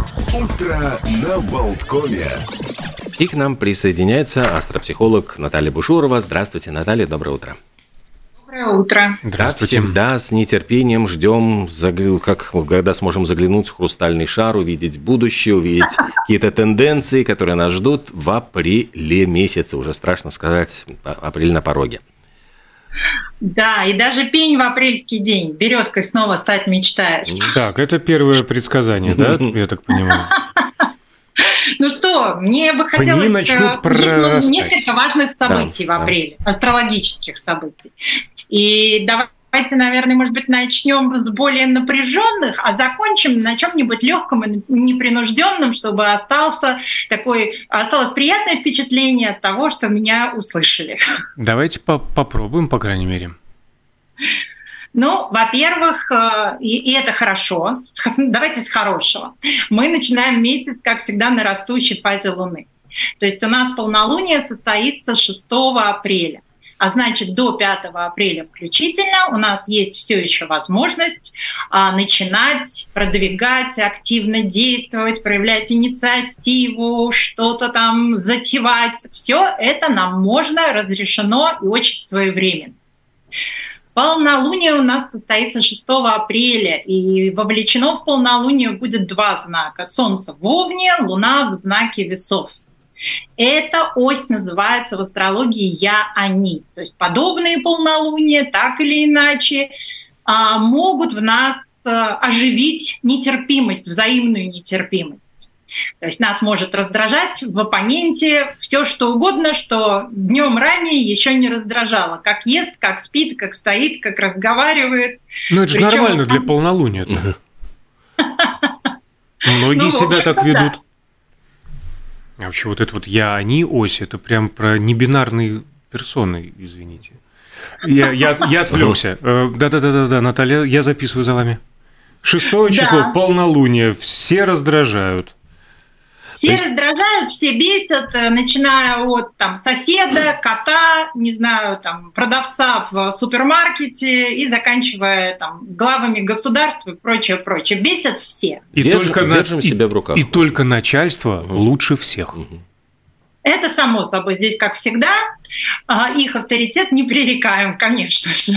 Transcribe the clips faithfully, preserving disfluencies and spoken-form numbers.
Утро на Болткоме. И к нам присоединяется астропсихолог Наталья Бушурова. Здравствуйте, Наталья, доброе утро. Доброе утро. Здравствуйте. Как всегда, с нетерпением ждем, как, когда сможем заглянуть в хрустальный шар, увидеть будущее, увидеть какие-то тенденции, которые нас ждут в апреле месяце. Уже страшно сказать, апрель на пороге. Да, и даже пень в апрельский день. Березкой снова стать мечтаешь. Так, это первое предсказание, да, я так понимаю? Ну что, мне бы хотелось несколько важных событий в апреле, астрологических событий. И давайте, наверное, может быть, начнем с более напряженных, а закончим на чем-нибудь легком и непринужденном, чтобы остался такой, осталось приятное впечатление от того, что меня услышали. Давайте по- попробуем, по крайней мере. Ну, во-первых, и, и это хорошо. Давайте с хорошего. Мы начинаем месяц, как всегда, на растущей фазе Луны. То есть у нас полнолуние состоится шестого апреля. А значит, до пятого апреля включительно у нас есть все еще возможность а, начинать продвигать, активно действовать, проявлять инициативу, что-то там затевать. Все это нам можно, разрешено и очень своевременно. Полнолуние у нас состоится шестого апреля, и вовлечено в полнолуние будет два знака. Солнце в Овне, Луна в знаке Весов. Эта ось называется в астрологии «я-они». То есть подобные полнолуния, так или иначе, могут в нас оживить нетерпимость, взаимную нетерпимость. То есть нас может раздражать в оппоненте все, что угодно, что днем ранее еще не раздражало. Как ест, как спит, как стоит, как разговаривает. Ну, это же Причем нормально для полнолуния. Многие себя так ведут. А вообще вот это вот «я-они» ось, это прям про небинарные персоны, извините. Я, я, я отвлекся. Да-да-да, Наталья, я записываю за вами. Шестое число, да. Полнолуние, все раздражают. Все есть... раздражают, все бесят, начиная от там, соседа, кота, не знаю, там, продавца в супермаркете и заканчивая там, главами государств и прочее, прочее. Бесят все. И Держим, только держим на... себя в руках. И, и только начальство угу. лучше всех. Угу. Это само собой. Здесь, как всегда, их авторитет непререкаем, конечно же.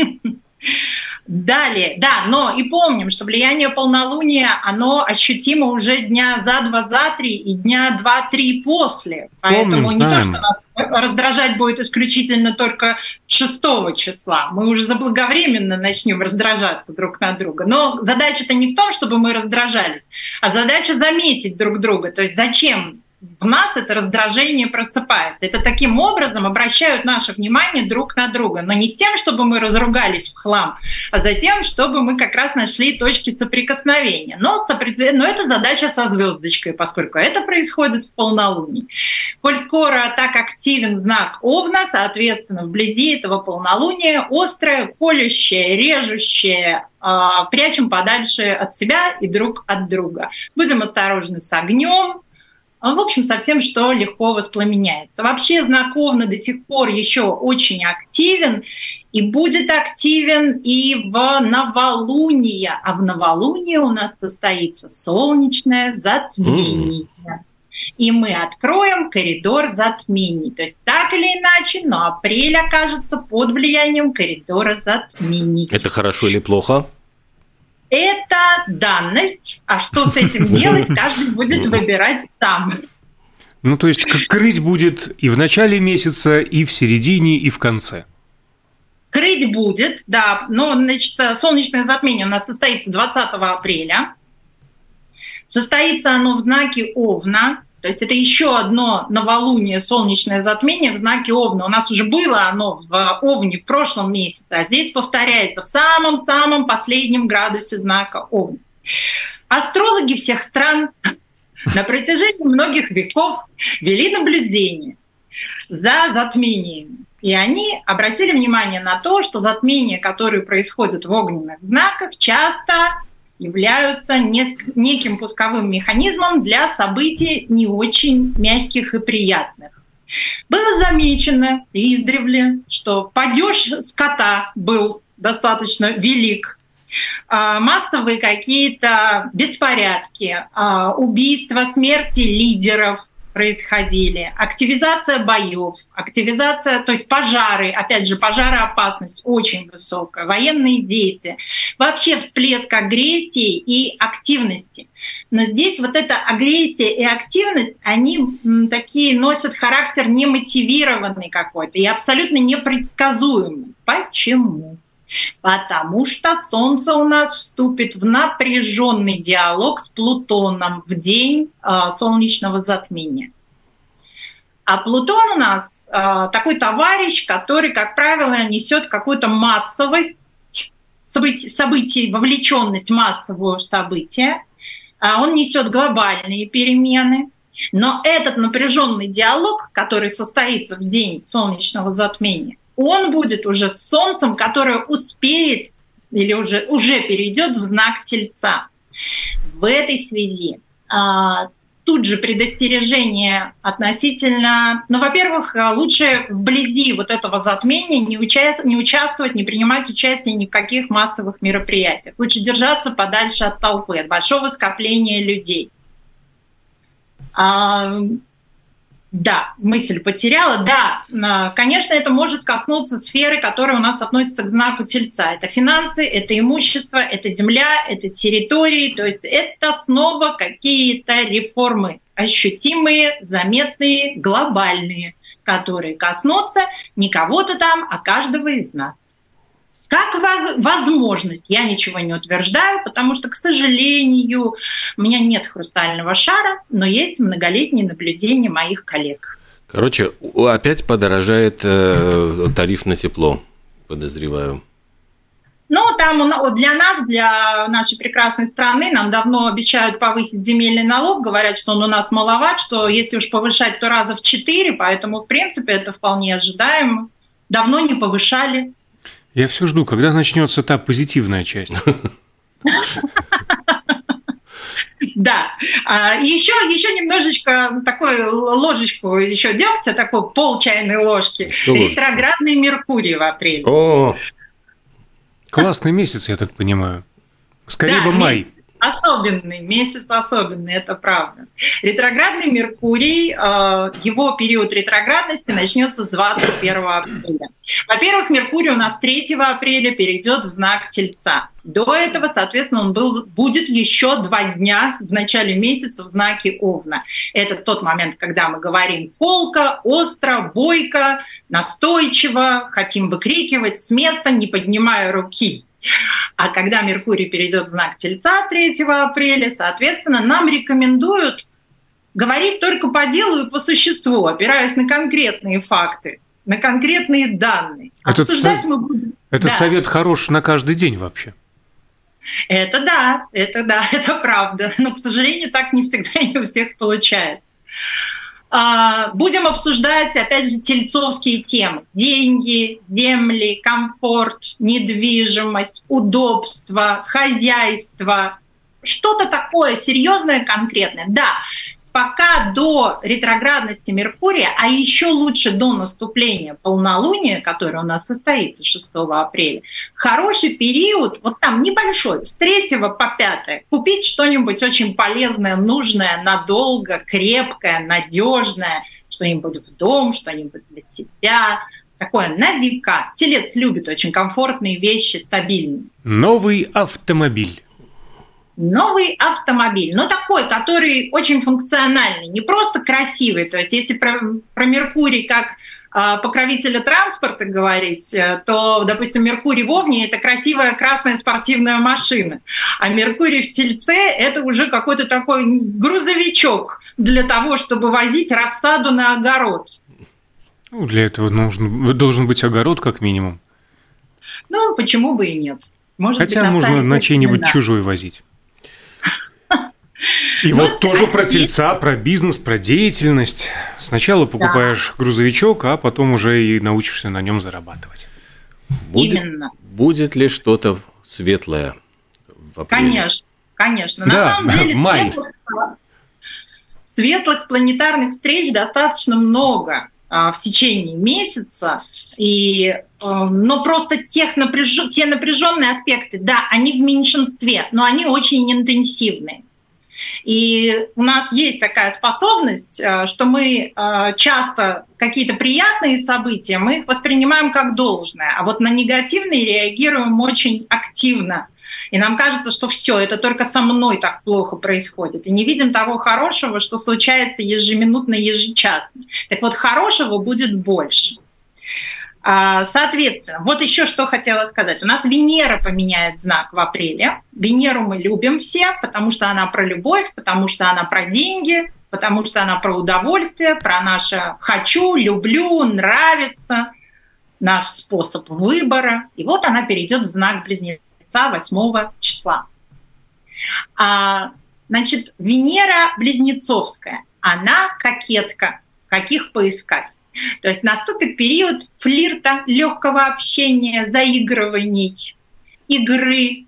Далее, да, но и помним, что влияние полнолуния, оно ощутимо уже дня за два, за три и дня два-три после. Поэтому помним, не знаем. то, что нас раздражать будет исключительно только шестого числа. Мы уже заблаговременно начнем раздражаться друг на друга. Но задача-то не в том, чтобы мы раздражались, а задача заметить друг друга. То есть зачем в нас это раздражение просыпается. Это таким образом обращают наше внимание друг на друга. Но не с тем, чтобы мы разругались в хлам, а за тем, чтобы мы как раз нашли точки соприкосновения. Но, сопри... Но это задача со звездочкой, поскольку это происходит в полнолунии. Коль скоро так активен знак Овна, соответственно, вблизи этого полнолуния острое, колющее, режущее, прячем подальше от себя и друг от друга. Будем осторожны с огнем. В общем, совсем что легко воспламеняется. Вообще знак Овна до сих пор еще очень активен и будет активен и в новолуние. А в новолуние у нас состоится солнечное затмение. Mm. И мы откроем коридор затмений. То есть так или иначе, но апрель окажется под влиянием коридора затмений. Это хорошо или плохо? Это данность, а что с этим делать, каждый будет выбирать сам. Ну, то есть крыть будет и в начале месяца, и в середине, и в конце. Крыть будет, да. Но, значит, солнечное затмение у нас состоится двадцатого апреля. Состоится оно в знаке Овна. То есть это еще одно новолуние, солнечное затмение в знаке Овна. У нас уже было оно в Овне в прошлом месяце, а здесь повторяется в самом-самом последнем градусе знака Овна. Астрологи всех стран на протяжении многих веков вели наблюдение за затмениями. И они обратили внимание на то, что затмения, которые происходят в огненных знаках, часто являются неким пусковым механизмом для событий не очень мягких и приятных. Было замечено издревле, что падеж скота был достаточно велик. массовые какие-то беспорядки, убийства, смерти лидеров происходили, активизация боев, активизация, то есть пожары, опять же, пожароопасность очень высокая, военные действия, вообще всплеск агрессии и активности. Но здесь вот эта агрессия и активность, они такие носят характер немотивированный какой-то и абсолютно непредсказуемый. Почему? Потому что Солнце у нас вступит в напряженный диалог с Плутоном в день э, солнечного затмения. А Плутон у нас э, такой товарищ, который, как правило, несет какую-то массовость событий, событий вовлеченность массового события. Э, он несет глобальные перемены. Но этот напряженный диалог, который состоится в день солнечного затмения, он будет уже с Солнцем, которое успеет или уже, уже перейдет в знак Тельца. В этой связи а, тут же предостережение относительно... Ну, во-первых, лучше вблизи вот этого затмения не, уча... не участвовать, не принимать участие ни в каких массовых мероприятиях. Лучше держаться подальше от толпы, от большого скопления людей. А... Да, мысль потеряла. Да, конечно, это может коснуться сферы, которая у нас относится к знаку Тельца. Это финансы, это имущество, это земля, это территории. То есть это снова какие-то реформы ощутимые, заметные, глобальные, которые коснутся не кого-то там, а каждого из нас. Как возможность, я ничего не утверждаю, потому что, к сожалению, у меня нет хрустального шара, но есть многолетние наблюдения моих коллег. Короче, опять подорожает э, тариф на тепло, подозреваю. Ну, там для нас, для нашей прекрасной страны, нам давно обещают повысить земельный налог, говорят, что он у нас маловат, что если уж повышать, то раза в четыре, поэтому, в принципе, это вполне ожидаемо. Давно не повышали. Я все жду, когда начнется та позитивная часть. Да. Еще, еще немножечко, такой ложечку еще дегтя, такой пол чайной ложки. Ретроградный Меркурий в апреле. О, классный месяц, я так понимаю. Скорее бы май. Особенный, месяц особенный, это правда. Ретроградный Меркурий, его период ретроградности начнется с двадцать первого апреля. Во-первых, Меркурий у нас третьего апреля перейдет в знак Тельца. До этого, соответственно, он был, будет еще два дня в начале месяца в знаке Овна. Это тот момент, когда мы говорим колко, остро, бойко, настойчиво, хотим выкрикивать с места, не поднимая руки. А когда Меркурий перейдет в знак Тельца третьего апреля, соответственно, нам рекомендуют говорить только по делу и по существу, опираясь на конкретные факты, на конкретные данные. Это Обсуждать со... мы будем. Это да. Совет хорош на каждый день вообще. Это да, это да, это правда. Но, к сожалению, так не всегда и не у всех получается. Будем обсуждать, опять же, тельцовские темы. Деньги, земли, комфорт, недвижимость, удобство, хозяйство. Что-то такое серьезное, конкретное. Да, пока до ретроградности Меркурия, а еще лучше до наступления полнолуния, которое у нас состоится шестого апреля, хороший период, вот там небольшой, с третьего по пятое, купить что-нибудь очень полезное, нужное, надолго, крепкое, надежное, что-нибудь в дом, что-нибудь для себя, такое на века. Телец любит очень комфортные вещи, стабильные. Новый автомобиль. Новый автомобиль, но такой, который очень функциональный, не просто красивый. То есть если про, про Меркурий как э, покровителя транспорта говорить, э, то, допустим, Меркурий в Овне – это красивая красная спортивная машина, а Меркурий в Тельце – это уже какой-то такой грузовичок для того, чтобы возить рассаду на огород. Ну, для этого нужен, должен быть огород как минимум. Ну, почему бы и нет? Может Хотя быть, можно на чей-нибудь да. чужой возить. И ну, вот тоже про тельца, про бизнес, про деятельность. Сначала покупаешь да. грузовичок, а потом уже и научишься на нем зарабатывать. Будет, Именно. Будет ли что-то светлое в апреле? Конечно, конечно. Да, на самом деле май. светлых, светлых планетарных встреч достаточно много. в течение месяца, и, но просто тех напряж... те напряженные аспекты, да, они в меньшинстве, но они очень интенсивные. И у нас есть такая способность, что мы часто какие-то приятные события мы их воспринимаем как должное, а вот на негативные реагируем очень активно. И нам кажется, что все, это только со мной так плохо происходит. И не видим того хорошего, что случается ежеминутно, ежечасно. Так вот, хорошего будет больше. Соответственно, вот еще что хотела сказать. У нас Венера поменяет знак в апреле. Венеру мы любим все, потому что она про любовь, потому что она про деньги, потому что она про удовольствие, про наше «хочу», «люблю», «нравится», наш способ выбора. И вот она перейдет в знак Близнеца восьмого числа. А, значит, Венера близнецовская, она кокетка, каких поискать. То есть наступит период флирта, легкого общения, заигрываний, игры.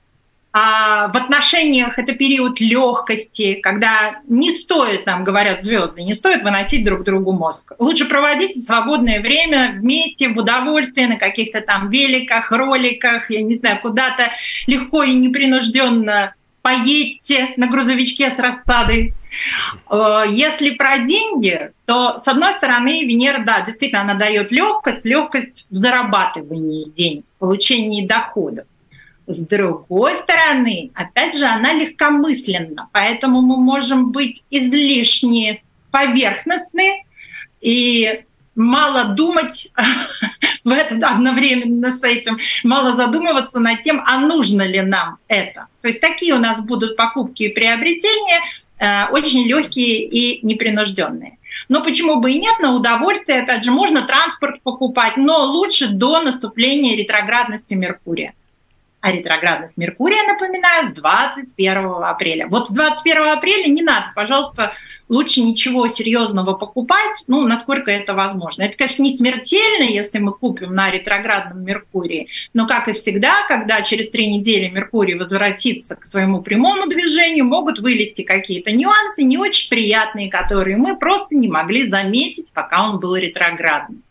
А в отношениях это период легкости, когда не стоит, нам говорят звезды, не стоит выносить друг другу мозг. Лучше проводите свободное время вместе, в удовольствии, на каких-то там великах, роликах, я не знаю, куда-то легко и непринужденно поедьте на грузовичке с рассадой. Если про деньги, то, с одной стороны, Венера, да, действительно, она дает легкость, легкость в зарабатывании денег, в получении доходов. С другой стороны, опять же, она легкомысленна, поэтому мы можем быть излишне поверхностны и мало думать в это, одновременно с этим, мало задумываться над тем, а нужно ли нам это. То есть такие у нас будут покупки и приобретения, э, очень легкие и непринужденные. Но почему бы и нет, на удовольствие, опять же, можно транспорт покупать, но лучше до наступления ретроградности Меркурия. А ретроградность Меркурия, напоминаю, с двадцать первого апреля. Вот с двадцать первого апреля не надо, пожалуйста, лучше ничего серьезного покупать, ну, насколько это возможно. Это, конечно, не смертельно, если мы купим на ретроградном Меркурии, но, как и всегда, когда через три недели Меркурий возвратится к своему прямому движению, могут вылезти какие-то нюансы, не очень приятные, которые мы просто не могли заметить, пока он был ретроградным.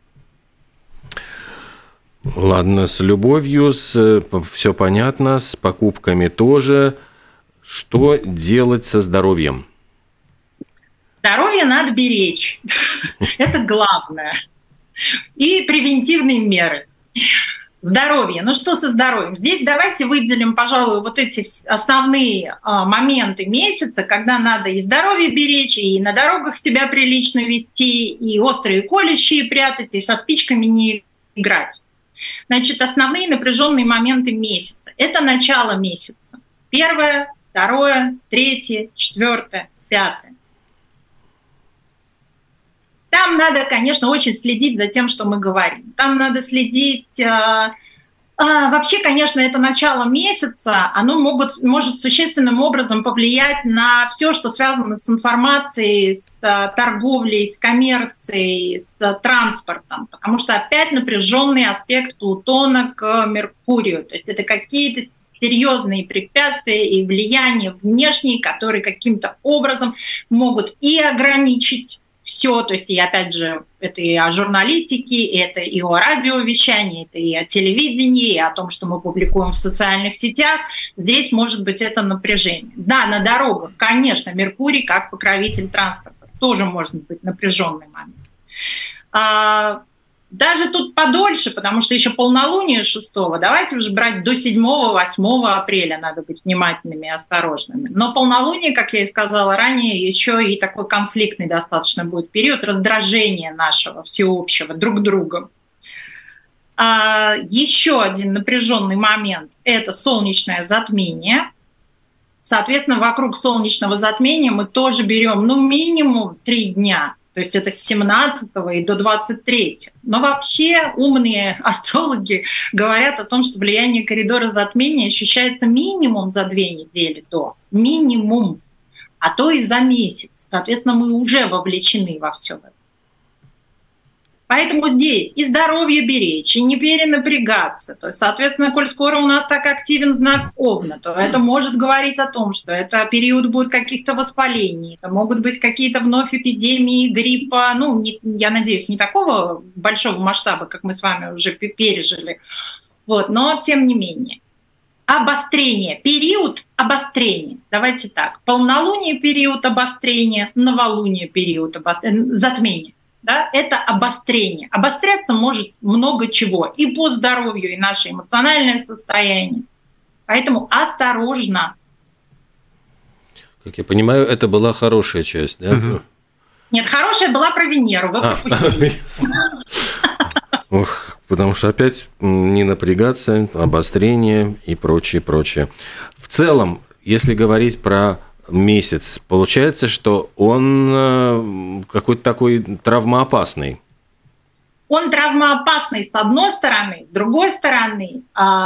Ладно, с любовью, с, все понятно, с покупками тоже. Что делать со здоровьем? Здоровье надо беречь. Это главное. И превентивные меры. Здоровье. Ну что со здоровьем? Здесь давайте выделим, пожалуй, вот эти основные моменты месяца, когда надо и здоровье беречь, и на дорогах себя прилично вести, и острые колющие прятать, и со спичками не играть. Значит, основные напряженные моменты месяца. Это начало месяца. Первое, второе, третье, четвертое, пятое. Там надо, конечно, очень следить за тем, что мы говорим. Там надо следить... А, вообще, конечно, это начало месяца, оно могут, может существенным образом повлиять на все, что связано с информацией, с торговлей, с коммерцией, с транспортом, потому что опять напряженный аспект Плутона к Меркурию. То есть это какие-то серьезные препятствия и влияния внешние, которые каким-то образом могут и ограничить все, то есть, и опять же, это и о журналистике, это и о радиовещании, это и о телевидении, и о том, что мы публикуем в социальных сетях. Здесь может быть это напряжение. Да, на дорогах, конечно, Меркурий, как покровитель транспорта, тоже может быть напряженный момент. А, даже тут подольше, потому что еще полнолуние шестого, давайте уже брать до седьмого-восьмого апреля, надо быть внимательными и осторожными. Но полнолуние, как я и сказала ранее, еще и такой конфликтный достаточно будет период раздражения нашего всеобщего друг друга. А, еще один напряженный момент – это солнечное затмение. Соответственно, вокруг солнечного затмения мы тоже берем ну, минимум три дня. То есть это с семнадцатого и до двадцать третьего. Но вообще умные астрологи говорят о том, что влияние коридора затмения ощущается минимум за две недели до. Минимум. А то и за месяц. Соответственно, мы уже вовлечены во все это. Поэтому здесь и здоровье беречь, и не перенапрягаться. То есть, соответственно, коль скоро у нас так активен знак Овна, то это может говорить о том, что это период будет каких-то воспалений, это могут быть какие-то вновь эпидемии гриппа, ну, не, я надеюсь, не такого большого масштаба, как мы с вами уже пережили, вот, но тем не менее. Обострение, период обострения. Давайте так, полнолуние период обострения, новолуние период обострения, затмение. Да, это обострение. Обостряться может много чего. И по здоровью, и наше эмоциональное состояние. Поэтому осторожно. Как я понимаю, это была хорошая часть, да? Угу. Нет, хорошая была про Венеру. Вы а, пропустили. Ох, потому что опять не напрягаться, обострение и прочее, прочее. В целом, если говорить про месяц, получается, что он какой-то такой травмоопасный. Он травмоопасный с одной стороны, с другой стороны,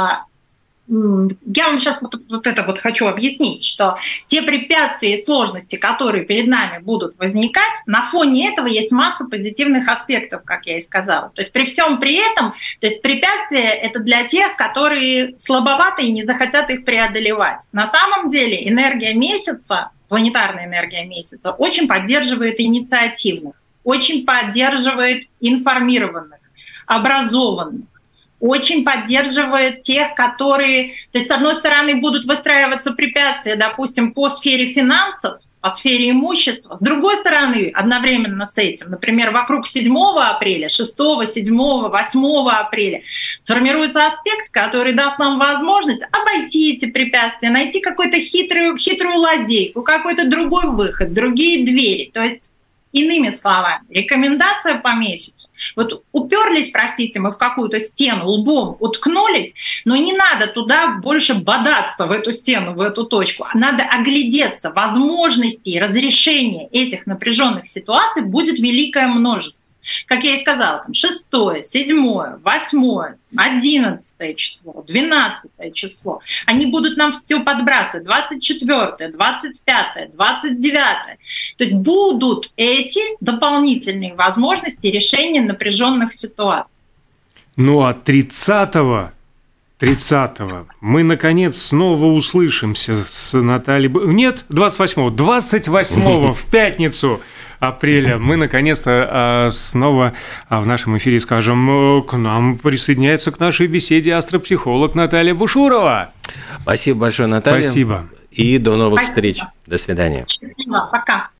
я вам сейчас вот, вот это вот хочу объяснить, что те препятствия и сложности, которые перед нами будут возникать, на фоне этого есть масса позитивных аспектов, как я и сказала. То есть при всем при этом, то есть препятствия — это для тех, которые слабоваты и не захотят их преодолевать. На самом деле энергия месяца, планетарная энергия месяца, очень поддерживает инициативных, очень поддерживает информированных, образованных, очень поддерживает тех, которые, то есть, с одной стороны, будут выстраиваться препятствия, допустим, по сфере финансов, по сфере имущества. С другой стороны, одновременно с этим, например, вокруг седьмого апреля, шестого, седьмого, восьмого апреля сформируется аспект, который даст нам возможность обойти эти препятствия, найти какую-то хитрую, хитрую лазейку, какой-то другой выход, другие двери. То есть, иными словами, рекомендация по месяцу. Вот уперлись, простите, мы в какую-то стену, лбом уткнулись, но не надо туда больше бодаться, в эту стену, в эту точку. Надо оглядеться. Возможностей разрешения этих напряженных ситуаций будет великое множество. Как я и сказала, там шестое, седьмое, восьмое, одиннадцатое число, двенадцатое число. Они будут нам все подбрасывать. двадцать четвёртое, двадцать пятое, двадцать девятое. То есть будут эти дополнительные возможности решения напряженных ситуаций. Ну а тридцатого, тридцатого мы, наконец, снова услышимся с Натальей... Нет, двадцать восьмого. двадцать восьмого в пятницу апреля мы, наконец-то, снова в нашем эфире скажем, к нам присоединяется к нашей беседе астропсихолог Наталья Бушурова. Спасибо большое, Наталья. Спасибо. И до новых Спасибо. встреч. До свидания. Спасибо. Пока.